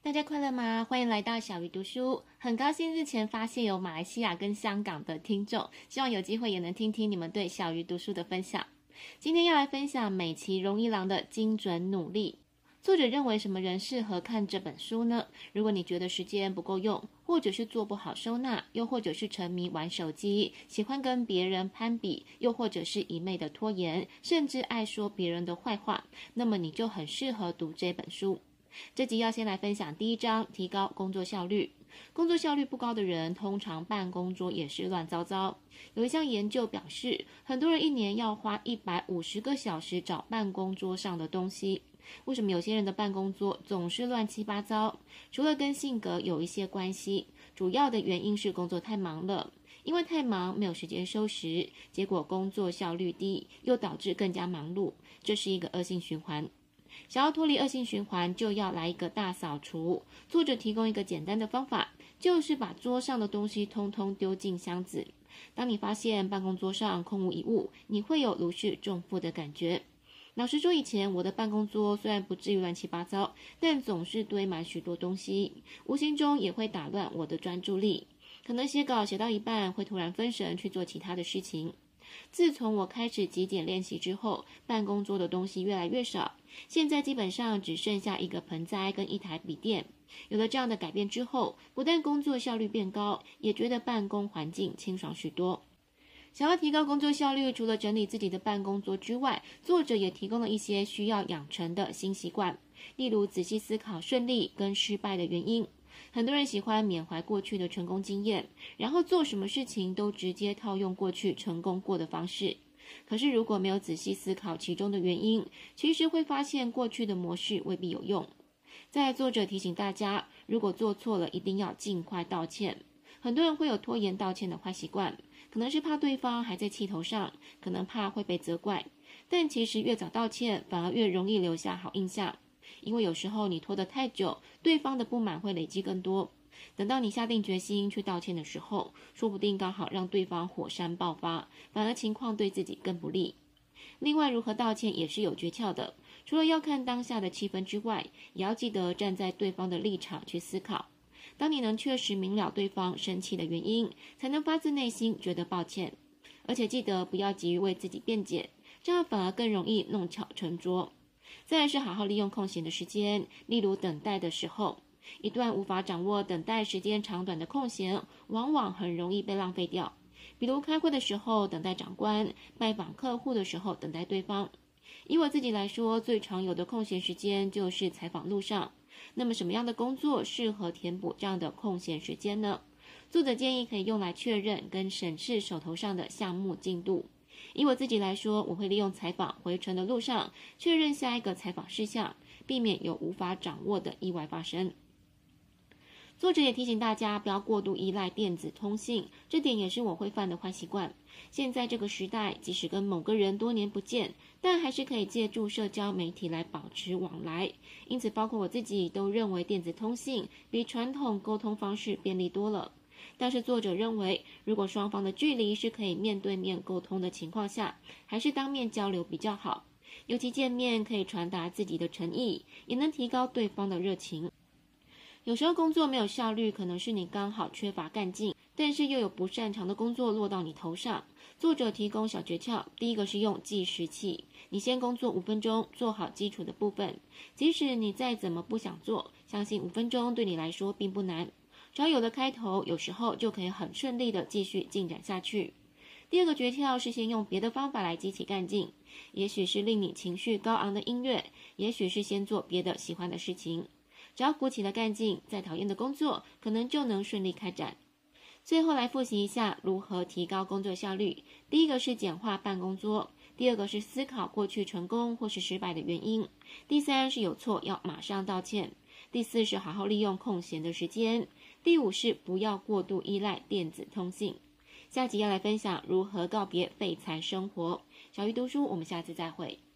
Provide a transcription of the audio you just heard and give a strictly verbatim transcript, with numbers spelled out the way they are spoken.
大家快乐吗？欢迎来到小鱼读书，很高兴日前发现有马来西亚跟香港的听众，希望有机会也能听听你们对小鱼读书的分享。今天要来分享美崎荣一郎的精准努力。作者认为什么人适合看这本书呢？如果你觉得时间不够用，或者是做不好收纳，又或者是沉迷玩手机，喜欢跟别人攀比，又或者是一昧的拖延，甚至爱说别人的坏话，那么你就很适合读这本书。这集要先来分享第一章，提高工作效率。工作效率不高的人，通常办公桌也是乱糟糟。有一项研究表示，很多人一年要花一百五十个小时找办公桌上的东西。为什么有些人的办公桌总是乱七八糟？除了跟性格有一些关系，主要的原因是工作太忙了。因为太忙，没有时间收拾，结果工作效率低，又导致更加忙碌，这是一个恶性循环。想要脱离恶性循环，就要来一个大扫除。作者提供一个简单的方法，就是把桌上的东西通通丢进箱子。当你发现办公桌上空无一物，你会有如释重负的感觉。老实说，以前我的办公桌虽然不至于乱七八糟，但总是堆满许多东西，无形中也会打乱我的专注力。可能写稿写到一半，会突然分神去做其他的事情。自从我开始极简练习之后，办公桌的东西越来越少，现在基本上只剩下一个盆栽跟一台笔电。有了这样的改变之后，不但工作效率变高，也觉得办公环境清爽许多。想要提高工作效率，除了整理自己的办公桌之外，作者也提供了一些需要养成的新习惯，例如仔细思考顺利跟失败的原因。很多人喜欢缅怀过去的成功经验，然后做什么事情都直接套用过去成功过的方式。可是如果没有仔细思考其中的原因，其实会发现过去的模式未必有用。在作者提醒大家，如果做错了，一定要尽快道歉。很多人会有拖延道歉的坏习惯，可能是怕对方还在气头上，可能怕会被责怪，但其实越早道歉，反而越容易留下好印象。因为有时候你拖得太久，对方的不满会累积更多。等到你下定决心去道歉的时候，说不定刚好让对方火山爆发，反而情况对自己更不利。另外，如何道歉也是有诀窍的，除了要看当下的气氛之外，也要记得站在对方的立场去思考。当你能确实明了对方生气的原因，才能发自内心觉得抱歉。而且记得不要急于为自己辩解，这样反而更容易弄巧成拙。再来是好好利用空闲的时间，例如等待的时候。一段无法掌握等待时间长短的空闲，往往很容易被浪费掉。比如开会的时候等待长官，拜访客户的时候等待对方。以我自己来说，最常有的空闲时间就是采访路上。那么什么样的工作适合填补这样的空闲时间呢？作者建议可以用来确认跟审视手头上的项目进度。以我自己来说，我会利用采访回程的路上确认下一个采访事项，避免有无法掌握的意外发生。作者也提醒大家不要过度依赖电子通信，这点也是我会犯的坏习惯。现在这个时代，即使跟某个人多年不见，但还是可以借助社交媒体来保持往来。因此包括我自己都认为电子通信比传统沟通方式便利多了。但是作者认为，如果双方的距离是可以面对面沟通的情况下，还是当面交流比较好。尤其见面可以传达自己的诚意，也能提高对方的热情。有时候工作没有效率，可能是你刚好缺乏干劲，但是又有不擅长的工作落到你头上。作者提供小诀窍，第一个是用计时器，你先工作五分钟，做好基础的部分。即使你再怎么不想做，相信五分钟对你来说并不难。只要有了开头，有时候就可以很顺利的继续进展下去。第二个诀窍是先用别的方法来激起干劲，也许是令你情绪高昂的音乐，也许是先做别的喜欢的事情。只要鼓起了干劲，再讨厌的工作可能就能顺利开展。最后来复习一下如何提高工作效率。第一个是简化办公桌，第二个是思考过去成功或是失败的原因，第三是有错要马上道歉，第四是好好利用空闲的时间，第五是不要过度依赖电子通信。下集要来分享如何告别废材生活。小鱼读书，我们下次再会。